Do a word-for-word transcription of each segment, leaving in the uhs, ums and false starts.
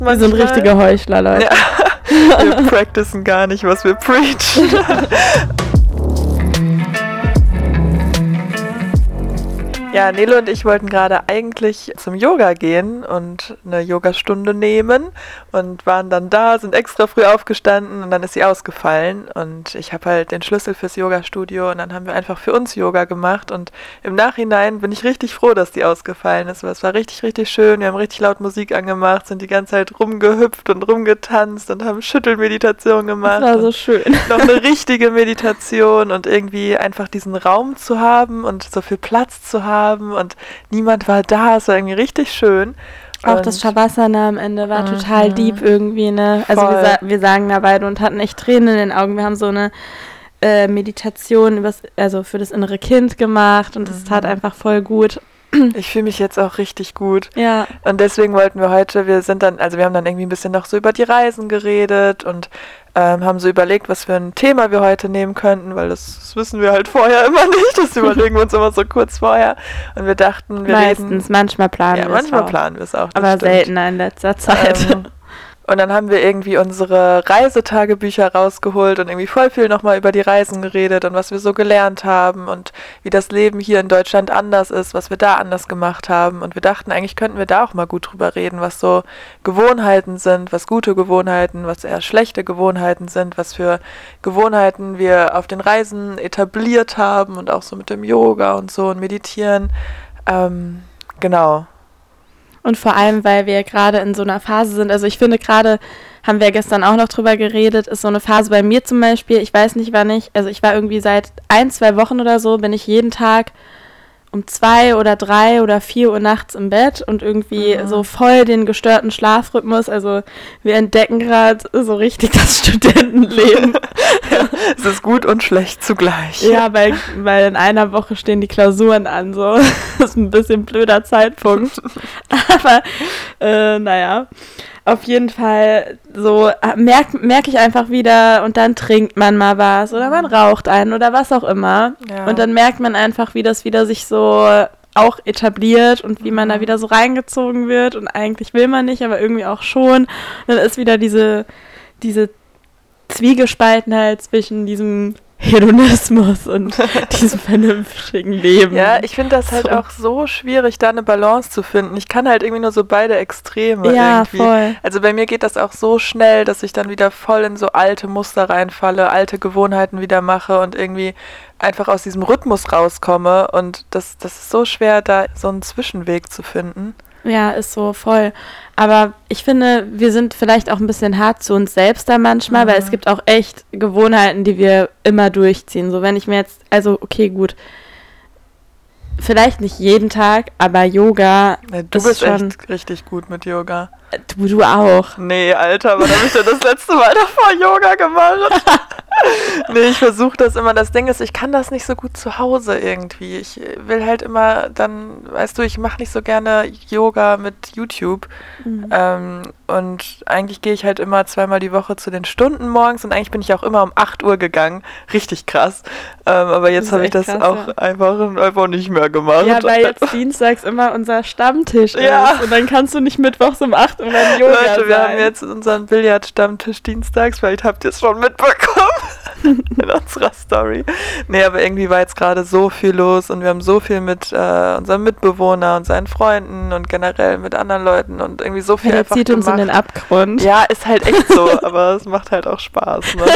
Wir sind richtige Heuchler, Leute. Ja. Wir practicen gar nicht, was wir preachen. Ja, Nele und ich wollten gerade eigentlich zum Yoga gehen und eine Yogastunde nehmen und waren dann da, sind extra früh aufgestanden und dann ist sie ausgefallen und ich habe halt den Schlüssel fürs Yogastudio und dann haben wir einfach für uns Yoga gemacht und im Nachhinein bin ich richtig froh, dass die ausgefallen ist, weil es war richtig, richtig schön, wir haben richtig laut Musik angemacht, sind die ganze Zeit rumgehüpft und rumgetanzt und haben Schüttelmeditation gemacht. Das war so schön. Noch eine richtige Meditation und irgendwie einfach diesen Raum zu haben und so viel Platz zu haben und niemand war da, es war irgendwie richtig schön. Auch und das Shavasana am Ende war mhm. total deep irgendwie, ne? Also wir, sa- wir sagen da beide und hatten echt Tränen in den Augen. Wir haben so eine äh, Meditation übers, also für das innere Kind gemacht und es mhm. tat einfach voll gut. Ich fühle mich jetzt auch richtig gut. Ja. Und deswegen wollten wir heute, wir sind dann, also wir haben dann irgendwie ein bisschen noch so über die Reisen geredet und ähm, haben so überlegt, was für ein Thema wir heute nehmen könnten, weil das, das wissen wir halt vorher immer nicht. Das überlegen wir uns immer so kurz vorher. Und wir dachten, wir Meistens, reden... manchmal planen ja, wir es manchmal auch. planen wir es auch. Aber stimmt. seltener in letzter Zeit. Ähm, Und dann haben wir irgendwie unsere Reisetagebücher rausgeholt und irgendwie voll viel nochmal über die Reisen geredet und was wir so gelernt haben und wie das Leben hier in Deutschland anders ist, was wir da anders gemacht haben. Und wir dachten, eigentlich könnten wir da auch mal gut drüber reden, was so Gewohnheiten sind, was gute Gewohnheiten, was eher schlechte Gewohnheiten sind, was für Gewohnheiten wir auf den Reisen etabliert haben und auch so mit dem Yoga und so und Meditieren. Ähm, genau. Und vor allem, weil wir gerade in so einer Phase sind, also ich finde gerade, haben wir gestern auch noch drüber geredet, ist so eine Phase bei mir zum Beispiel, ich weiß nicht wann ich, also ich war irgendwie seit ein, zwei Wochen oder so, bin ich jeden Tag um zwei oder drei oder vier Uhr nachts im Bett und irgendwie mhm. so voll den gestörten Schlafrhythmus, also wir entdecken gerade so richtig das Studentenleben. Ja, es ist gut und schlecht zugleich. Ja, weil, weil in einer Woche stehen die Klausuren an, so. Das ist ein bisschen blöder Zeitpunkt. Aber, äh, naja, auf jeden Fall so merke merk ich einfach wieder und dann trinkt man mal was oder man raucht einen oder was auch immer. Ja. Und dann merkt man einfach, wie das wieder sich so auch etabliert und wie man da wieder so reingezogen wird und eigentlich will man nicht, aber irgendwie auch schon. Und dann ist wieder diese, diese Zwiegespaltenheit zwischen diesem Hedonismus und diesem vernünftigen Leben. Ja, ich finde das halt so. auch so schwierig, da eine Balance zu finden. Ich kann halt irgendwie nur so beide Extreme ja, irgendwie. Voll. Also bei mir geht das auch so schnell, dass ich dann wieder voll in so alte Muster reinfalle, alte Gewohnheiten wieder mache und irgendwie einfach aus diesem Rhythmus rauskomme. Und das, das ist so schwer, da so einen Zwischenweg zu finden. Ja, ist so voll. Aber ich finde, wir sind vielleicht auch ein bisschen hart zu uns selbst da manchmal, mhm. weil es gibt auch echt Gewohnheiten, die wir immer durchziehen. So, wenn ich mir jetzt, also okay, gut, vielleicht nicht jeden Tag, aber Yoga ja, du ist bist schon, echt richtig gut mit Yoga. Du, du auch. Nee, Alter, wann habe ich denn das letzte Mal davor Yoga gemacht? Nee, ich versuche das immer. Das Ding ist, ich kann das nicht so gut zu Hause irgendwie. Ich will halt immer dann, weißt du, ich mache nicht so gerne Yoga mit YouTube. Mhm. Ähm, und eigentlich gehe ich halt immer zweimal die Woche zu den Stunden morgens und eigentlich bin ich auch immer um acht Uhr gegangen. Richtig krass. Ähm, aber jetzt habe ich das krass, auch ja. einfach, einfach nicht mehr gemacht. Ja, weil jetzt dienstags immer unser Stammtisch ja. ist und dann kannst du nicht mittwochs um acht Uhr beim Yoga Leute, wir sein. haben jetzt unseren Billard-Stammtisch dienstags, vielleicht habt ihr es schon mitbekommen in unserer Story. Nee, aber irgendwie war jetzt gerade so viel los und wir haben so viel mit äh, unserem Mitbewohner und seinen Freunden und generell mit anderen Leuten und irgendwie so viel ja, einfach zieht gemacht. uns in den Abgrund. Ja, ist halt echt so, aber es macht halt auch Spaß, ne?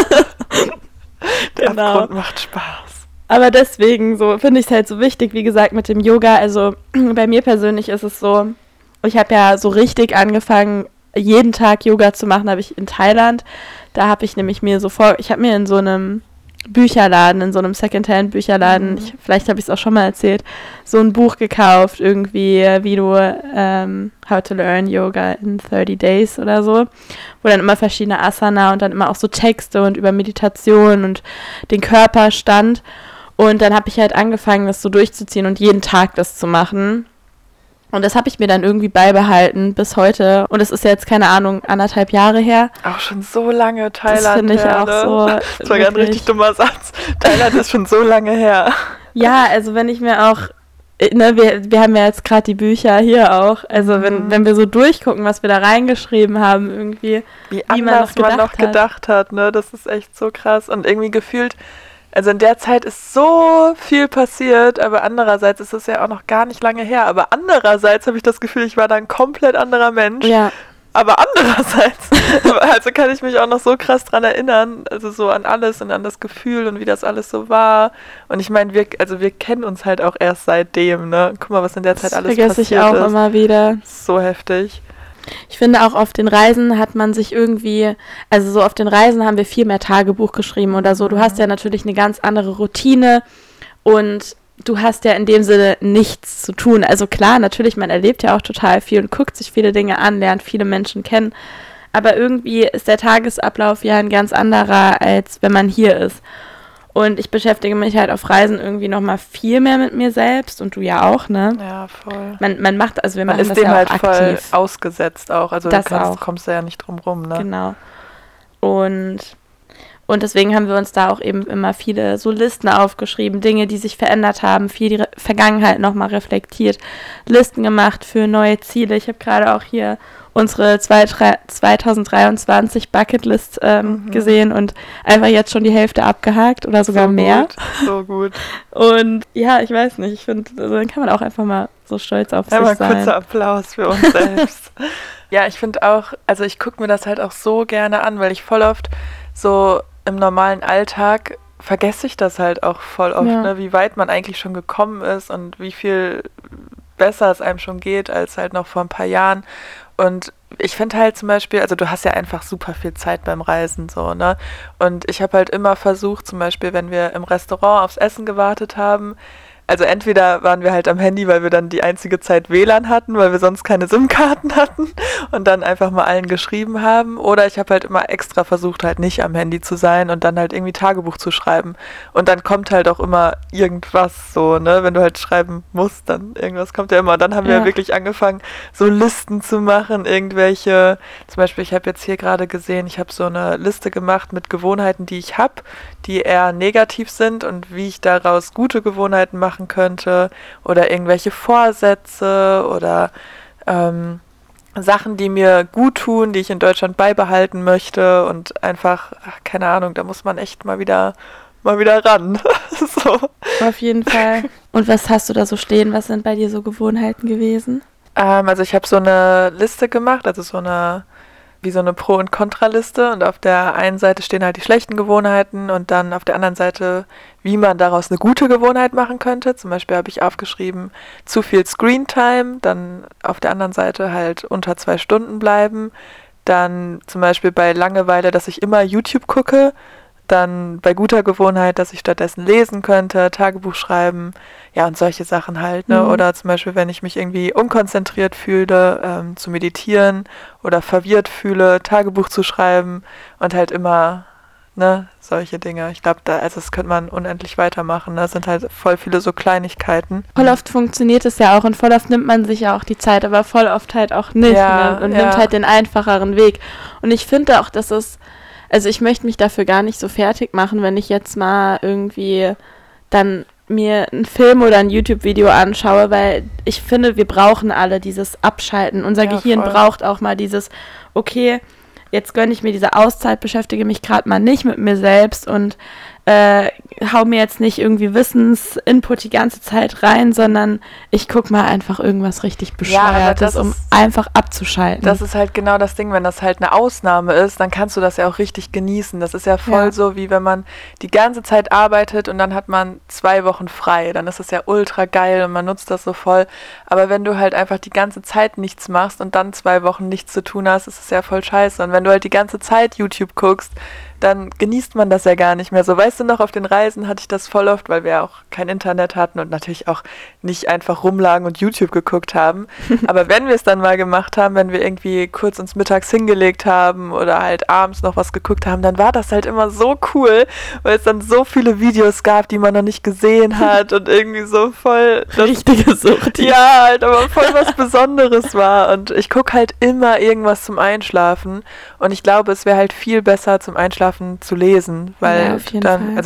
Der genau. Abgrund macht Spaß. Aber deswegen so finde ich es halt so wichtig, wie gesagt, mit dem Yoga. Also bei mir persönlich ist es so, ich habe ja so richtig angefangen, jeden Tag Yoga zu machen, habe ich in Thailand. Da habe ich nämlich mir so vor, ich habe mir in so einem Bücherladen, in so einem Secondhand-Bücherladen, mhm. ich, vielleicht habe ich es auch schon mal erzählt, so ein Buch gekauft, irgendwie, wie du ähm, How to Learn Yoga in thirty days oder so, wo dann immer verschiedene Asana und dann immer auch so Texte und über Meditation und den Körper stand. Und dann habe ich halt angefangen, das so durchzuziehen und jeden Tag das zu machen. Und das habe ich mir dann irgendwie beibehalten bis heute. Und es ist jetzt, keine Ahnung, anderthalb Jahre her. Auch schon so lange Thailand. Das finde ich her, auch ne? so. Das war gerade ein richtig dummer Satz. Thailand ist schon so lange her. Ja, also wenn ich mir auch ne, wir, wir haben ja jetzt gerade die Bücher hier auch. Also, wenn, Mhm. wenn wir so durchgucken, was wir da reingeschrieben haben, irgendwie, Wie wie man anders noch man gedacht noch hat. gedacht hat, ne? Das ist echt so krass. Und irgendwie gefühlt, also in der Zeit ist so viel passiert, aber andererseits ist es ja auch noch gar nicht lange her. Aber andererseits habe ich das Gefühl, ich war da ein komplett anderer Mensch. Ja, Aber andererseits, also kann ich mich auch noch so krass dran erinnern, also so an alles und an das Gefühl und wie das alles so war. Und ich meine, wir, also wir kennen uns halt auch erst seitdem, ne? Guck mal, was in der Zeit das alles vergesse ich passiert auch ist. immer wieder. So heftig. Ich finde auch auf den Reisen hat man sich irgendwie, also so auf den Reisen haben wir viel mehr Tagebuch geschrieben oder so. Du hast ja natürlich eine ganz andere Routine und du hast ja in dem Sinne nichts zu tun. Also klar, natürlich, man erlebt ja auch total viel und guckt sich viele Dinge an, lernt viele Menschen kennen. Aber irgendwie ist der Tagesablauf ja ein ganz anderer, als wenn man hier ist. Und ich beschäftige mich halt auf Reisen irgendwie nochmal viel mehr mit mir selbst und du ja auch, ne? Ja, voll. Man, man macht, also wir Man machen ist das dem ja halt auch voll aktiv. ausgesetzt auch. Also Das du kannst, auch. kommst da ja nicht drum rum, ne? Genau. Und, und deswegen haben wir uns da auch eben immer viele so Listen aufgeschrieben, Dinge, die sich verändert haben, viel die Re- Vergangenheit nochmal reflektiert, Listen gemacht für neue Ziele. Ich habe gerade auch hier unsere zwei- drei- zweitausenddreiundzwanzig Bucketlist ähm, Mhm. gesehen und einfach jetzt schon die Hälfte abgehakt oder sogar so mehr. Gut, so gut. Und ja, ich weiß nicht, ich finde, also dann kann man auch einfach mal so stolz auf Einmal sich sein. kurzer Applaus für uns selbst. Ja, ich finde auch, also ich gucke mir das halt auch so gerne an, weil ich voll oft so im normalen Alltag vergesse ich das halt auch voll oft, Ja. ne, wie weit man eigentlich schon gekommen ist und wie viel besser es einem schon geht als halt noch vor ein paar Jahren. Und ich finde halt zum Beispiel, also du hast ja einfach super viel Zeit beim Reisen so, ne? Und ich habe halt immer versucht, zum Beispiel, wenn wir im Restaurant aufs Essen gewartet haben, also entweder waren wir halt am Handy, weil wir dann die einzige Zeit W L A N hatten, weil wir sonst keine SIM-Karten hatten und dann einfach mal allen geschrieben haben. Oder ich habe halt immer extra versucht, halt nicht am Handy zu sein und dann halt irgendwie Tagebuch zu schreiben. Und dann kommt halt auch immer irgendwas so, ne? Wenn du halt schreiben musst, dann irgendwas kommt ja immer. Dann haben wir Ja. wirklich angefangen, so Listen zu machen, irgendwelche, zum Beispiel, ich habe jetzt hier gerade gesehen, ich habe so eine Liste gemacht mit Gewohnheiten, die ich habe, die eher negativ sind und wie ich daraus gute Gewohnheiten machen könnte oder irgendwelche Vorsätze oder ähm, Sachen, die mir gut tun, die ich in Deutschland beibehalten möchte und einfach, ach, keine Ahnung, da muss man echt mal wieder mal wieder ran. So. Auf jeden Fall. Und was hast du da so stehen? Was sind bei dir so Gewohnheiten gewesen? Ähm, also ich habe so eine Liste gemacht, also so eine wie so eine Pro- und Kontraliste und auf der einen Seite stehen halt die schlechten Gewohnheiten und dann auf der anderen Seite, wie man daraus eine gute Gewohnheit machen könnte. Zum Beispiel habe ich aufgeschrieben, zu viel Screentime, dann auf der anderen Seite halt unter zwei Stunden bleiben, dann zum Beispiel bei Langeweile, dass ich immer YouTube gucke, dann bei guter Gewohnheit, dass ich stattdessen lesen könnte, Tagebuch schreiben, ja und solche Sachen halt, ne? Mhm. Oder zum Beispiel, wenn ich mich irgendwie unkonzentriert fühle, ähm, zu meditieren oder verwirrt fühle, Tagebuch zu schreiben und halt immer, ne, solche Dinge. Ich glaube, da, also das könnte man unendlich weitermachen, ne? Das sind halt voll viele so Kleinigkeiten. Voll oft funktioniert es ja auch und voll oft nimmt man sich ja auch die Zeit, aber voll oft halt auch nicht, Ja, ne? Und ja. nimmt halt den einfacheren Weg. Und ich finde auch, dass es, also ich möchte mich dafür gar nicht so fertig machen, wenn ich jetzt mal irgendwie dann mir einen Film oder ein YouTube-Video anschaue, weil ich finde, wir brauchen alle dieses Abschalten. Unser Ja, Gehirn voll. braucht auch mal dieses, okay, jetzt gönne ich mir diese Auszeit, beschäftige mich gerade mal nicht mit mir selbst und äh, hau mir jetzt nicht irgendwie Wissensinput die ganze Zeit rein, sondern ich guck mal einfach irgendwas richtig Ja, aber Bescheuertes, das um ist- einfach abzuschalten. Das ist halt genau das Ding, wenn das halt eine Ausnahme ist, dann kannst du das ja auch richtig genießen. Das ist ja voll Ja. so, wie wenn man die ganze Zeit arbeitet und dann hat man zwei Wochen frei. Dann ist es ja ultra geil und man nutzt das so voll. Aber wenn du halt einfach die ganze Zeit nichts machst und dann zwei Wochen nichts zu tun hast, ist es ja voll scheiße. Und wenn du halt die ganze Zeit YouTube guckst, dann genießt man das ja gar nicht mehr. So, weißt du noch, auf den Reisen hatte ich das voll oft, weil wir ja auch kein Internet hatten und natürlich auch nicht einfach rumlagen und YouTube geguckt haben. Aber wenn wir es dann mal gemacht haben, wenn wir irgendwie kurz uns mittags hingelegt haben oder halt abends noch was geguckt haben, dann war das halt immer so cool, weil es dann so viele Videos gab, die man noch nicht gesehen hat und irgendwie so voll das richtige Sucht. ja, halt, aber voll was Besonderes war. Und ich gucke halt immer irgendwas zum Einschlafen. Und ich glaube, es wäre halt viel besser zum Einschlafen zu lesen, weil Ja, auf jeden dann, Fall. also es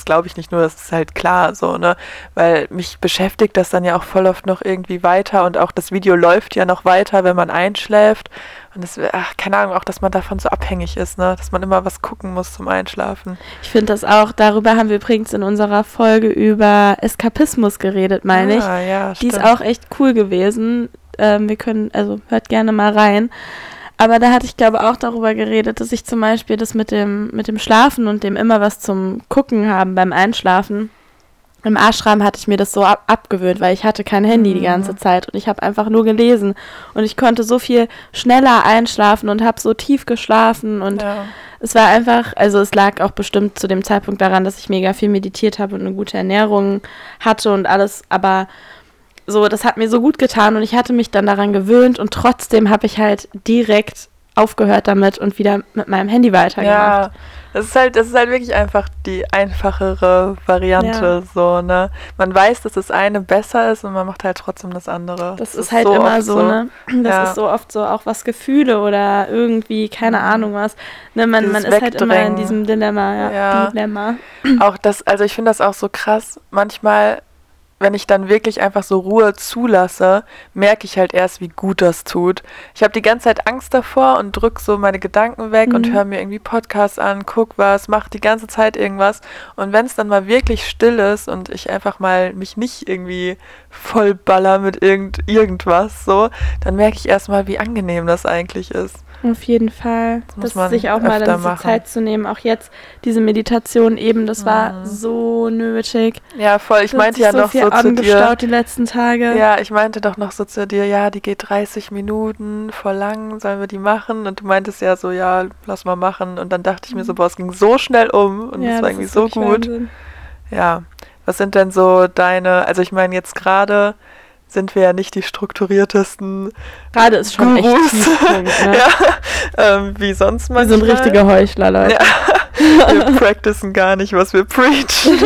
das glaube ich nicht nur, das ist halt klar so, ne? Weil mich beschäftigt das dann ja auch voll oft noch irgendwie weiter und auch das Video läuft ja noch weiter, wenn man einschläft. Und das, ach, keine Ahnung, auch, dass man davon so abhängig ist, ne? Dass man immer was gucken muss zum Einschlafen. Ich finde das auch, darüber haben wir übrigens in unserer Folge über Eskapismus geredet, meine Ah, ich. ja, Die ist stimmt. auch echt cool gewesen. Ähm, wir können, also hört gerne mal rein. Aber da hatte ich, glaube auch darüber geredet, dass ich zum Beispiel das mit dem, mit dem Schlafen und dem immer was zum Gucken haben beim Einschlafen. Im Ashram hatte ich mir das so ab- abgewöhnt, weil ich hatte kein Handy die ganze Zeit und ich habe einfach nur gelesen. Und ich konnte so viel schneller einschlafen und habe so tief geschlafen und Ja. es war einfach, also es lag auch bestimmt zu dem Zeitpunkt daran, dass ich mega viel meditiert habe und eine gute Ernährung hatte und alles, aber so, das hat mir so gut getan und ich hatte mich dann daran gewöhnt und trotzdem habe ich halt direkt aufgehört damit und wieder mit meinem Handy weitergemacht. Ja, das ist halt, das ist halt wirklich einfach die einfachere Variante, so, ne? Man weiß, dass das eine besser ist und man macht halt trotzdem das andere. Das ist halt immer so, ne? Das Ja. ist so oft so auch was Gefühle oder irgendwie, keine Ahnung was. Ne, man, man Dieses ist halt immer in Wegdrängen. diesem Dilemma, ja. Ja. Dilemma. Auch das, also ich finde das auch so krass. Manchmal, wenn ich dann wirklich einfach so Ruhe zulasse, merke ich halt erst, wie gut das tut. Ich habe die ganze Zeit Angst davor und drück so meine Gedanken weg Mhm. und höre mir irgendwie Podcasts an, guck was, mach die ganze Zeit irgendwas. Und wenn es dann mal wirklich still ist und ich einfach mal mich nicht irgendwie vollballer mit irgend, irgendwas, so, dann merke ich erst mal, wie angenehm das eigentlich ist. Auf jeden Fall. Das muss Das man sich auch mal öfter dann diese machen. Zeit zu nehmen. Auch jetzt diese Meditation eben, das war Mhm. so nötig. Ja, voll. Ich Es hat meinte sich ja so noch viel so zu dir. angestaut die letzten Tage. Ja, ich meinte doch noch so zu dir, ja, die geht dreißig Minuten, voll lang, sollen wir die machen? Und du meintest ja so, ja, lass mal machen. Und dann dachte ich mir so, boah, es ging so schnell um und es Ja, war das irgendwie ist so wirklich gut. Wahnsinn. Ja, was sind denn so deine, also ich meine, jetzt gerade sind wir ja nicht die strukturiertesten Gerade ist schon echt Gurus. Tiefpunkt, ne? ja, ähm, wie sonst Wir manchmal. sind richtige Heuchler, Leute. Ja, wir practicen gar nicht, was wir preachen.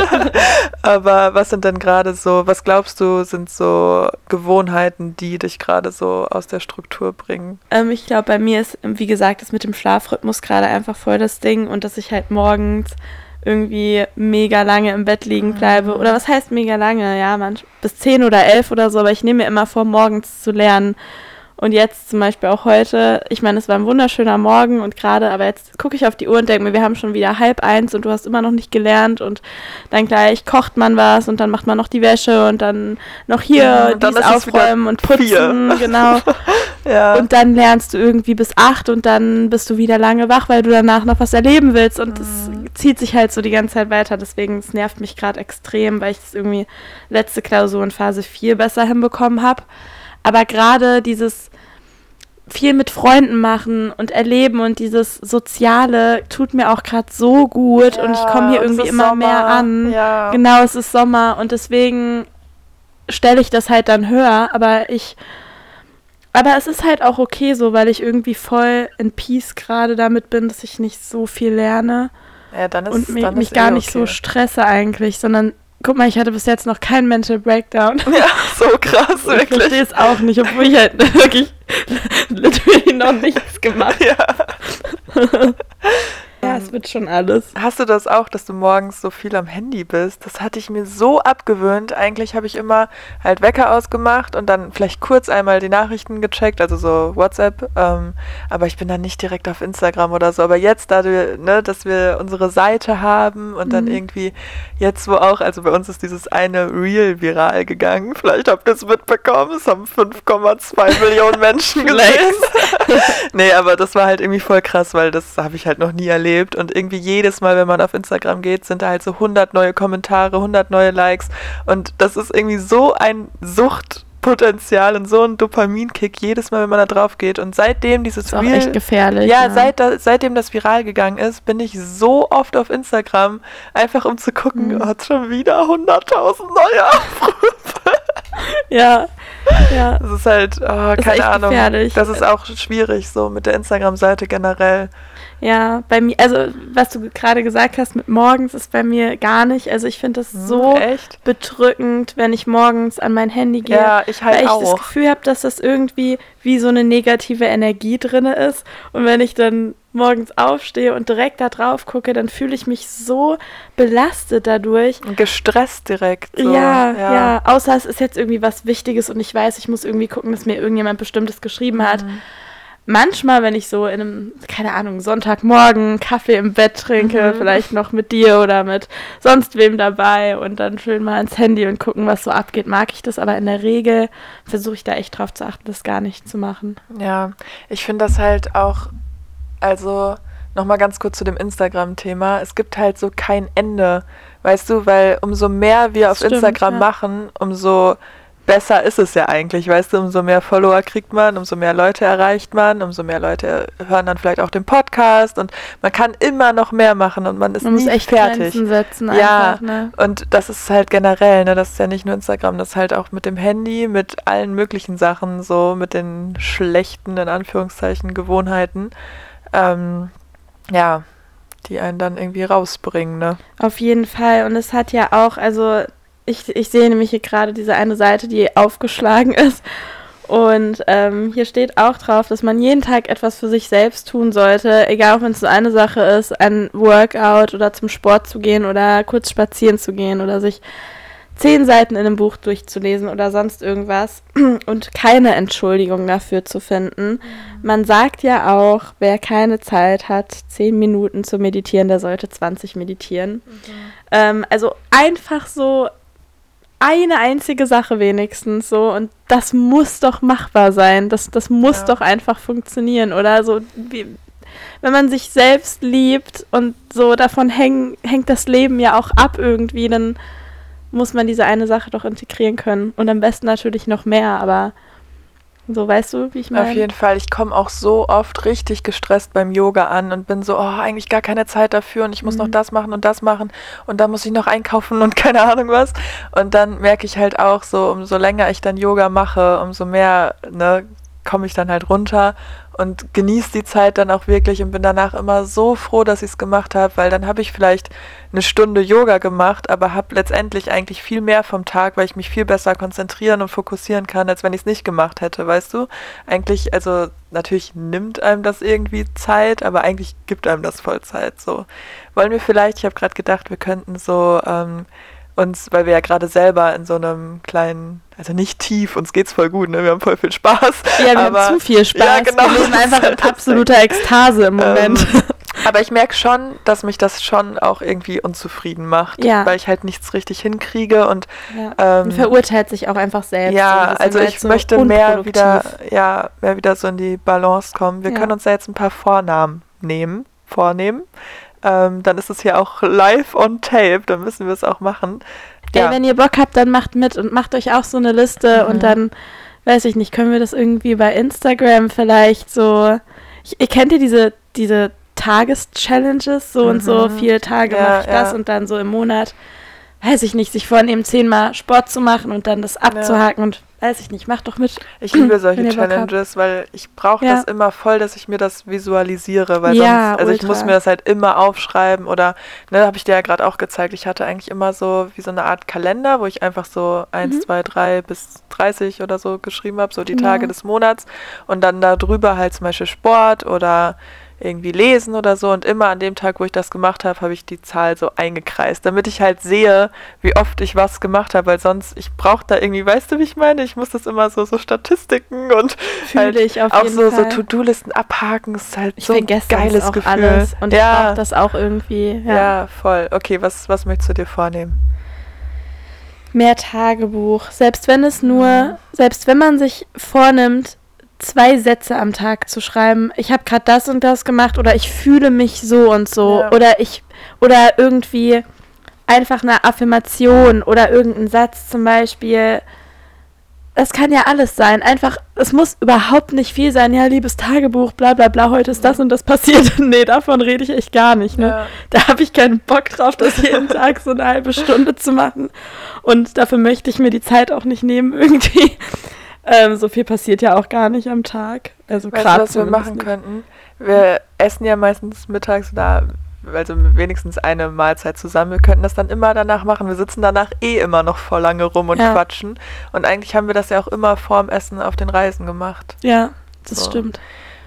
Aber was sind denn gerade so, was glaubst du, sind so Gewohnheiten, die dich gerade so aus der Struktur bringen? Ähm, ich glaube, bei mir ist, wie gesagt, das mit dem Schlafrhythmus gerade einfach voll das Ding und dass ich halt morgens irgendwie mega lange im Bett liegen bleibe. Oder was heißt mega lange? Ja, manch, bis zehn oder elf oder so, aber ich nehme mir immer vor, morgens zu lernen. Und jetzt zum Beispiel auch heute, ich meine, es war ein wunderschöner Morgen und gerade, aber jetzt gucke ich auf die Uhr und denke mir, wir haben schon wieder halb eins und du hast immer noch nicht gelernt und dann gleich kocht man was und dann macht man noch die Wäsche und dann noch hier Und dann dies ist es wieder aufräumen und putzen, vier. genau. Ja. Und dann lernst du irgendwie bis acht und dann bist du wieder lange wach, weil du danach noch was erleben willst und es Mhm. zieht sich halt so die ganze Zeit weiter, deswegen es nervt mich gerade extrem, weil ich das irgendwie letzte Klausur in Phase vier besser hinbekommen habe. Aber gerade dieses viel mit Freunden machen und erleben und dieses Soziale tut mir auch gerade so gut und ich komme hier und es irgendwie ist immer Sommer. mehr an. Ja. Genau, es ist Sommer und deswegen stelle ich das halt dann höher, aber ich aber es ist halt auch okay so, weil ich irgendwie voll in Peace gerade damit bin, dass ich nicht so viel lerne Ja, dann ist, und mi- dann mich ist gar eh nicht so okay. stresse eigentlich, sondern guck mal, ich hatte bis jetzt noch keinen Mental Breakdown. Ja, so krass, Ich verstehe wirklich. es auch nicht, obwohl ich halt wirklich literally noch nichts gemacht Ja. habe. Ja, es wird schon alles. Hast du das auch, dass du morgens so viel am Handy bist? Das hatte ich mir so abgewöhnt. Eigentlich habe ich immer halt Wecker ausgemacht und dann vielleicht kurz einmal die Nachrichten gecheckt, also so WhatsApp. Ähm, aber ich bin dann nicht direkt auf Instagram oder so. Aber jetzt, da du, ne, dass wir unsere Seite haben und dann Mhm. irgendwie jetzt wo auch, also bei uns ist dieses eine Reel viral gegangen. Vielleicht habt ihr es mitbekommen. Es haben fünf Komma zwei Millionen Menschen gesehen. Nee, aber das war halt irgendwie voll krass, weil das habe ich halt noch nie erlebt. Und irgendwie jedes Mal, wenn man auf Instagram geht, sind da halt so hundert neue Kommentare, hundert neue Likes. Und das ist irgendwie so ein Suchtpotenzial und so ein Dopaminkick jedes Mal, wenn man da drauf geht. Und seitdem dieses Ist auch Reel, echt gefährlich. ja, seit da, seitdem das viral gegangen ist, bin ich so oft auf Instagram, einfach um zu gucken, Mhm. hat schon wieder hunderttausend neue Aufrufe. Ja, ja. Das ist halt, oh, Ist keine echt Ahnung. gefährlich. Das ist auch schwierig, so mit der Instagram-Seite generell. Ja, bei mir, also was du gerade gesagt hast mit morgens ist bei mir gar nicht. Also ich finde das so Hm, echt? bedrückend, wenn ich morgens an mein Handy gehe. Ja, ich halt weil ich das auch. Gefühl habe, dass das irgendwie wie so eine negative Energie drin ist. Und wenn ich dann morgens aufstehe und direkt da drauf gucke, dann fühle ich mich so belastet dadurch. Gestresst direkt. So. Ja, ja, ja, außer es ist jetzt irgendwie was Wichtiges und ich weiß, ich muss irgendwie gucken, dass mir irgendjemand Bestimmtes geschrieben hat. Mhm. Manchmal, wenn ich so in einem, keine Ahnung, Sonntagmorgen Kaffee im Bett trinke, mhm. vielleicht noch mit dir oder mit sonst wem dabei und dann schön mal ins Handy und gucken, was so abgeht, mag ich das. Aber in der Regel versuche ich da echt drauf zu achten, das gar nicht zu machen. Ja, ich finde das halt auch, also nochmal ganz kurz zu dem Instagram-Thema, es gibt halt so kein Ende, weißt du, weil umso mehr wir auf Stimmt, Instagram ja. machen, umso besser ist es ja eigentlich, weißt du, umso mehr Follower kriegt man, umso mehr Leute erreicht man, umso mehr Leute hören dann vielleicht auch den Podcast und man kann immer noch mehr machen und man ist man nie muss echt fertig. Grenzen setzen ja, einfach, ne? Und das ist halt generell, ne, das ist ja nicht nur Instagram, das ist halt auch mit dem Handy, mit allen möglichen Sachen, so mit den schlechten, in Anführungszeichen, Gewohnheiten, ähm, ja, die einen dann irgendwie rausbringen, ne? Auf jeden Fall und es hat ja auch, also Ich, ich sehe nämlich hier gerade diese eine Seite, die aufgeschlagen ist. Und ähm, hier steht auch drauf, dass man jeden Tag etwas für sich selbst tun sollte. Egal, ob es so eine Sache ist, ein Workout oder zum Sport zu gehen oder kurz spazieren zu gehen oder sich zehn Seiten in einem Buch durchzulesen oder sonst irgendwas. Und keine Entschuldigung dafür zu finden. Mhm. Man sagt ja auch, wer keine Zeit hat, zehn Minuten zu meditieren, der sollte zwanzig meditieren. Mhm. Ähm, also einfach so eine einzige Sache wenigstens so und das muss doch machbar sein, das, das muss ja. doch einfach funktionieren, oder so, wie, wenn man sich selbst liebt und so davon häng, hängt das Leben ja auch ab irgendwie, dann muss man diese eine Sache doch integrieren können und am besten natürlich noch mehr, aber so, weißt du, wie ich meine? Auf jeden Fall, ich komme auch so oft richtig gestresst beim Yoga an und bin so, oh, eigentlich gar keine Zeit dafür und ich muss mhm. noch das machen und das machen und dann muss ich noch einkaufen und keine Ahnung was. Und dann merke ich halt auch so, umso länger ich dann Yoga mache, umso mehr, ne, komme ich dann halt runter und genieße die Zeit dann auch wirklich und bin danach immer so froh, dass ich es gemacht habe, weil dann habe ich vielleicht eine Stunde Yoga gemacht, aber habe letztendlich eigentlich viel mehr vom Tag, weil ich mich viel besser konzentrieren und fokussieren kann, als wenn ich es nicht gemacht hätte, weißt du? Eigentlich, also natürlich nimmt einem das irgendwie Zeit, aber eigentlich gibt einem das voll Zeit, so. Wollen wir vielleicht, ich habe gerade gedacht, wir könnten so ähm, uns, weil wir ja gerade selber in so einem kleinen, also nicht tief, uns geht's voll gut, ne? Wir haben voll viel Spaß. Ja, wir aber, haben zu viel Spaß. Ja, genau, wir leben einfach in absoluter Ekstase im Moment. Ähm, aber ich merke schon, dass mich das schon auch irgendwie unzufrieden macht, ja. weil ich halt nichts richtig hinkriege und, ja. ähm, und verurteilt sich auch einfach selbst. Ja, also ich so möchte mehr wieder, ja, mehr wieder so in die Balance kommen. Wir ja. können uns da jetzt ein paar Vornamen nehmen, vornehmen. Ähm, dann ist es hier auch live on tape, dann müssen wir es auch machen. Ja. Ey, wenn ihr Bock habt, dann macht mit und macht euch auch so eine Liste mhm. und dann, weiß ich nicht, können wir das irgendwie bei Instagram vielleicht so, ich, ihr kennt ihr diese, diese Tages-Challenges, so mhm. und so viele Tage ja, mache ich das ja. und dann so im Monat, weiß ich nicht, sich vornehmen, zehnmal Sport zu machen und dann das abzuhaken ja. und weiß ich nicht, mach doch mit. Ich liebe solche Challenges, weil ich brauche ja. das immer voll, dass ich mir das visualisiere, weil ja, sonst, also ultra. ich muss mir das halt immer aufschreiben oder, ne, habe ich dir ja gerade auch gezeigt, ich hatte eigentlich immer so wie so eine Art Kalender, wo ich einfach so eins, mhm. zwei, drei bis dreißig oder so geschrieben habe, so die Tage ja. des Monats und dann da drüber halt zum Beispiel Sport oder irgendwie lesen oder so und immer an dem Tag, wo ich das gemacht habe, habe ich die Zahl so eingekreist, damit ich halt sehe, wie oft ich was gemacht habe, weil sonst, ich brauche da irgendwie, weißt du, wie ich meine? Ich muss das immer so, so Statistiken und halt ich auf auch jeden so, Fall. so To-Do-Listen abhaken, ist halt ich so ein geiles auch Gefühl. Alles und ja. ich brauche das auch irgendwie. Ja. ja, voll. Okay, was, was möchtest du dir vornehmen? Mehr Tagebuch, selbst wenn es nur, mhm. selbst wenn man sich vornimmt, zwei Sätze am Tag zu schreiben, ich habe gerade das und das gemacht oder ich fühle mich so und so ja. oder ich oder irgendwie einfach eine Affirmation oder irgendein Satz zum Beispiel. Das kann ja alles sein. Einfach, es muss überhaupt nicht viel sein. Ja, liebes Tagebuch, bla bla bla, heute ist das und das passiert. Nee, davon rede ich echt gar nicht. Ne? Ja. Da habe ich keinen Bock drauf, das jeden Tag so eine halbe Stunde zu machen. Und dafür möchte ich mir die Zeit auch nicht nehmen irgendwie. Ähm, so viel passiert ja auch gar nicht am Tag. Also weißt du, was wir machen nicht. könnten? Wir essen ja meistens mittags da, also wenigstens eine Mahlzeit zusammen. Wir könnten das dann immer danach machen. Wir sitzen danach eh immer noch voll lange rum und ja. quatschen. Und eigentlich haben wir das ja auch immer vorm Essen auf den Reisen gemacht. Ja, das so. stimmt.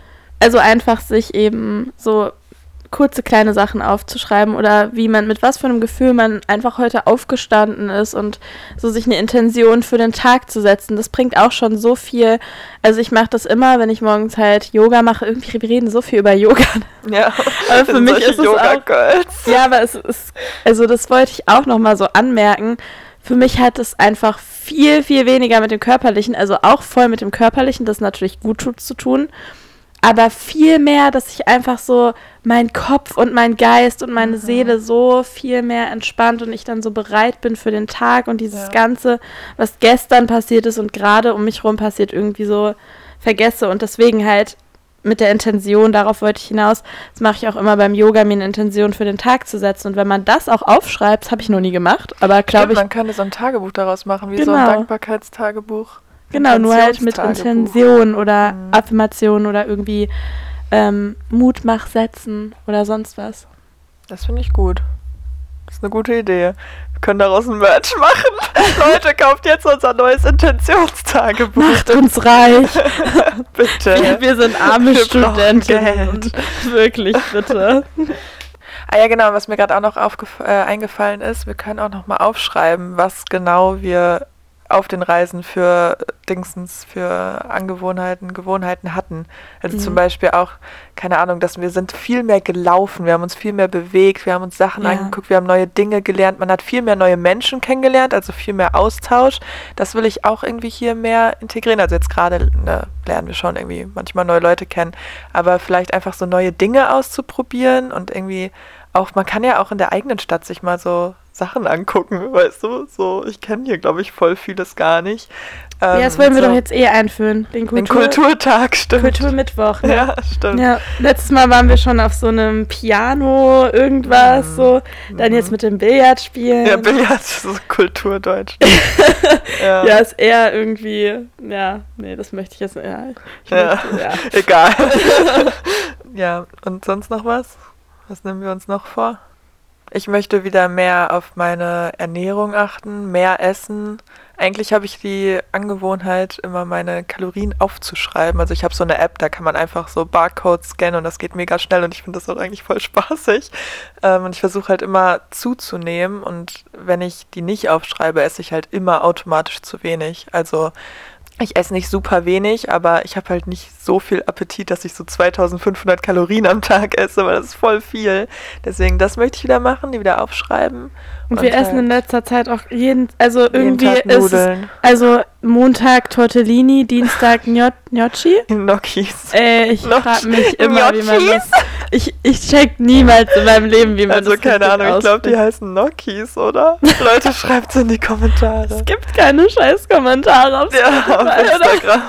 also einfach sich eben so kurze kleine Sachen aufzuschreiben oder wie man, mit was für einem Gefühl man einfach heute aufgestanden ist und so sich eine Intention für den Tag zu setzen, das bringt auch schon so viel. Also ich mache das immer, wenn ich morgens halt Yoga mache, irgendwie, wir reden so viel über Yoga. Ja, aber für mich ist es auch, ja, aber es ist, also das wollte ich auch nochmal so anmerken, für mich hat es einfach viel, viel weniger mit dem Körperlichen, also auch voll mit dem Körperlichen, das natürlich gut tut zu tun, aber viel mehr, dass ich einfach so mein Kopf und mein Geist und meine mhm. Seele so viel mehr entspannt und ich dann so bereit bin für den Tag und dieses ja. Ganze, was gestern passiert ist und gerade um mich rum passiert, irgendwie so vergesse. Und deswegen halt mit der Intention, darauf wollte ich hinaus, das mache ich auch immer beim Yoga, mir eine Intention für den Tag zu setzen. Und wenn man das auch aufschreibt, das habe ich noch nie gemacht, aber glaube ich... Man könnte so ein Tagebuch daraus machen, wie genau. so ein Dankbarkeitstagebuch. Genau, nur halt mit Intention oder mhm. Affirmation oder irgendwie ähm, Mutmachsätzen oder sonst was. Das finde ich gut. Das ist eine gute Idee. Wir können daraus ein Merch machen. Leute, kauft jetzt unser neues Intentionstagebuch. Macht uns reich. Bitte. Wir, wir sind arme wir Studenten. Wirklich, bitte. Ah ja, genau, was mir gerade auch noch aufgef- äh, eingefallen ist, wir können auch noch mal aufschreiben, was genau wir auf den Reisen für Dingsens, für Angewohnheiten, Gewohnheiten hatten. Also mhm. zum Beispiel auch, keine Ahnung, dass wir sind viel mehr gelaufen, wir haben uns viel mehr bewegt, wir haben uns Sachen ja. angeguckt, wir haben neue Dinge gelernt, man hat viel mehr neue Menschen kennengelernt, also viel mehr Austausch. Das will ich auch irgendwie hier mehr integrieren. Also jetzt gerade ne, lernen wir schon irgendwie manchmal neue Leute kennen, aber vielleicht einfach so neue Dinge auszuprobieren und irgendwie auch, man kann ja auch in der eigenen Stadt sich mal so Sachen angucken, weißt du, so, ich kenne hier, glaube ich, voll vieles gar nicht. Ähm, ja, das wollen wir so doch jetzt eh einführen, den, Kultur- den Kulturtag, stimmt. Kulturmittwoch, ne? Ja, stimmt. Ja, letztes Mal waren wir schon auf so einem Piano, irgendwas, mhm. so, dann mhm. jetzt mit dem Billard spielen. Ja, Billard, so Kulturdeutsch. ja. ja, ist eher irgendwie, ja, nee, das möchte ich jetzt, ja. Ich ja. Möchte, ja. Egal. Ja, und sonst noch was? Was nehmen wir uns noch vor? Ich möchte wieder mehr auf meine Ernährung achten, mehr essen. Eigentlich habe ich die Angewohnheit, immer meine Kalorien aufzuschreiben. Also ich habe so eine App, da kann man einfach so Barcodes scannen und das geht mega schnell und ich finde das auch eigentlich voll spaßig. Ähm, und ich versuche halt immer zuzunehmen und wenn ich die nicht aufschreibe, esse ich halt immer automatisch zu wenig. Also ich esse nicht super wenig, aber ich habe halt nicht so viel Appetit, dass ich so zweitausendfünfhundert Kalorien am Tag esse, weil das ist voll viel. Deswegen, das möchte ich wieder machen, die wieder aufschreiben. Und, und wir halt essen in letzter Zeit auch jeden, also jeden irgendwie Tag Nudeln. Ist es, also Montag Tortellini, Dienstag Gno- Gnocchi. Gnocchis. Äh, ich frage mich immer, wie man das, ich, ich check niemals in meinem Leben, wie man also, das Also keine Ahnung, ausspricht. Ich glaube, die heißen Gnocchis, oder? Leute, schreibt's in die Kommentare. Es gibt keine scheiß Kommentare auf ja, auf Instagram.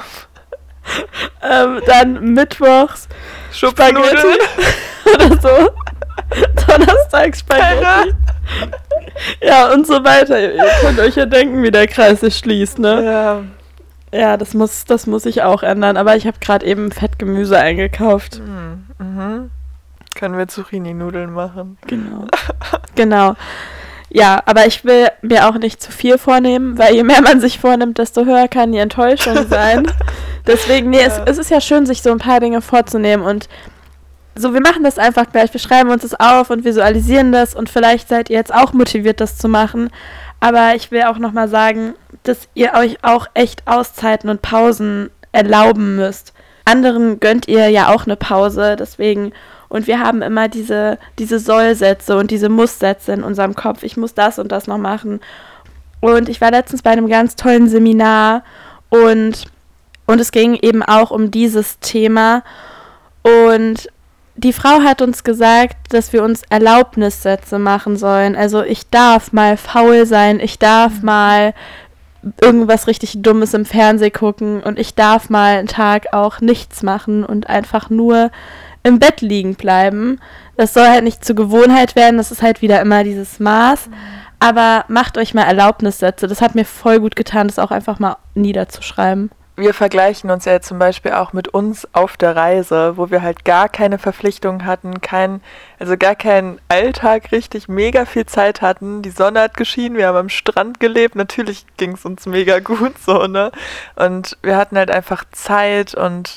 ähm, dann mittwochs Spaghetti oder so. Donnerstag Spaghetti. Ja, und so weiter. Ihr könnt euch ja denken, wie der Kreis sich schließt, ne? Ja. Ja, das muss, das muss ich auch ändern. Aber ich habe gerade eben Fettgemüse eingekauft. Mhm. Mhm. Können wir Zucchini-Nudeln machen. Genau. Genau. Ja, aber ich will mir auch nicht zu viel vornehmen, weil je mehr man sich vornimmt, desto höher kann die Enttäuschung sein. Deswegen, nee, ja. es, es ist ja schön, sich so ein paar Dinge vorzunehmen und so, wir machen das einfach gleich, wir schreiben uns das auf und visualisieren das und vielleicht seid ihr jetzt auch motiviert, das zu machen, aber ich will auch nochmal sagen, dass ihr euch auch echt Auszeiten und Pausen erlauben müsst. Anderen gönnt ihr ja auch eine Pause, deswegen, und wir haben immer diese, diese Sollsätze und diese Muss-Sätze in unserem Kopf, ich muss das und das noch machen. Und ich war letztens bei einem ganz tollen Seminar und, und es ging eben auch um dieses Thema und die Frau hat uns gesagt, dass wir uns Erlaubnissätze machen sollen. Also ich darf mal faul sein, ich darf mhm. mal irgendwas richtig Dummes im Fernsehen gucken und ich darf mal einen Tag auch nichts machen und einfach nur im Bett liegen bleiben. Das soll halt nicht zur Gewohnheit werden, das ist halt wieder immer dieses Maß. Mhm. Aber macht euch mal Erlaubnissätze. Das hat mir voll gut getan, das auch einfach mal niederzuschreiben. Wir vergleichen uns ja jetzt zum Beispiel auch mit uns auf der Reise, wo wir halt gar keine Verpflichtungen hatten, kein, also gar keinen Alltag richtig, mega viel Zeit hatten. Die Sonne hat geschienen, wir haben am Strand gelebt, natürlich ging es uns mega gut so, ne? Und wir hatten halt einfach Zeit und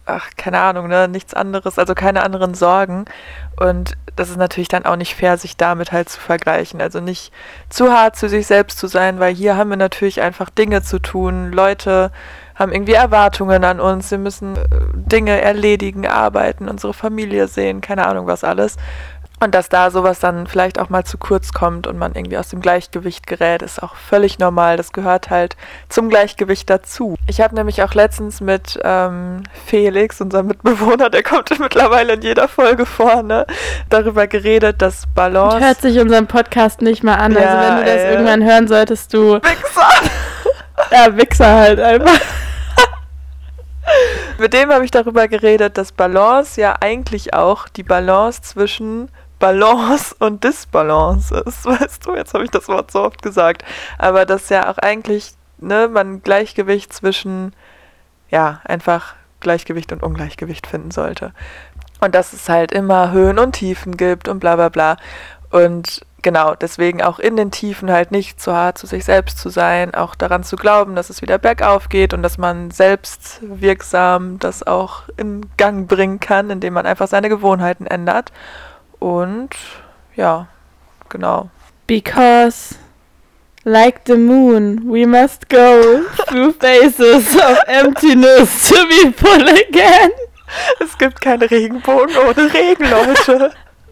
ach, keine Ahnung, ne, nichts anderes, also keine anderen Sorgen. Und das ist natürlich dann auch nicht fair, sich damit halt zu vergleichen. Also nicht zu hart zu sich selbst zu sein, weil hier haben wir natürlich einfach Dinge zu tun. Leute haben irgendwie Erwartungen an uns. Wir müssen äh, Dinge erledigen, arbeiten, unsere Familie sehen, keine Ahnung was alles. Und dass da sowas dann vielleicht auch mal zu kurz kommt und man irgendwie aus dem Gleichgewicht gerät, ist auch völlig normal. Das gehört halt zum Gleichgewicht dazu. Ich habe nämlich auch letztens mit ähm, Felix, unserem Mitbewohner, der kommt mittlerweile in jeder Folge vor, ne, darüber geredet, dass Balance... Und hört sich unseren Podcast nicht mal an. Ja, also wenn du das ey. irgendwann hören solltest, du... Wichser! Ja, Wichser halt einfach. Mit dem habe ich darüber geredet, dass Balance ja eigentlich auch die Balance zwischen Balance und Disbalance ist, weißt du, jetzt habe ich das Wort so oft gesagt, aber dass ja auch eigentlich, ne, man Gleichgewicht zwischen, ja, einfach Gleichgewicht und Ungleichgewicht finden sollte. Und dass es halt immer Höhen und Tiefen gibt und bla bla bla. Und genau, deswegen auch in den Tiefen halt nicht zu hart zu sich selbst zu sein, auch daran zu glauben, dass es wieder bergauf geht und dass man selbst wirksam das auch in Gang bringen kann, indem man einfach seine Gewohnheiten ändert. Und ja, genau. Because, like the moon, we must go through phases of emptiness to be full again. Es gibt keine Regenbogen ohne Regen, Leute.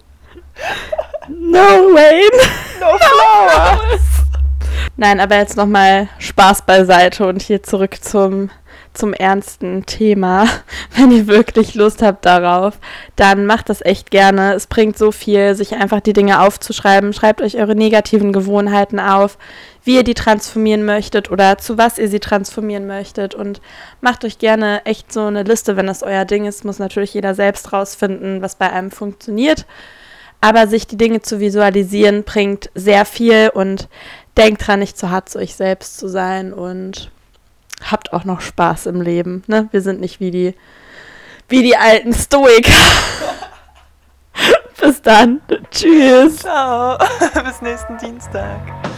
No rain. No flower. Nein, aber jetzt nochmal Spaß beiseite und hier zurück zum, zum ernsten Thema. Wenn ihr wirklich Lust habt darauf, dann macht das echt gerne. Es bringt so viel, sich einfach die Dinge aufzuschreiben. Schreibt euch eure negativen Gewohnheiten auf, wie ihr die transformieren möchtet oder zu was ihr sie transformieren möchtet. Und macht euch gerne echt so eine Liste, wenn das euer Ding ist. Muss natürlich jeder selbst rausfinden, was bei einem funktioniert. Aber sich die Dinge zu visualisieren, bringt sehr viel und denkt dran, nicht zu hart zu euch selbst zu sein und habt auch noch Spaß im Leben. Ne? Wir sind nicht wie die, wie die alten Stoiker. Bis dann. Tschüss. Ciao. Bis nächsten Dienstag.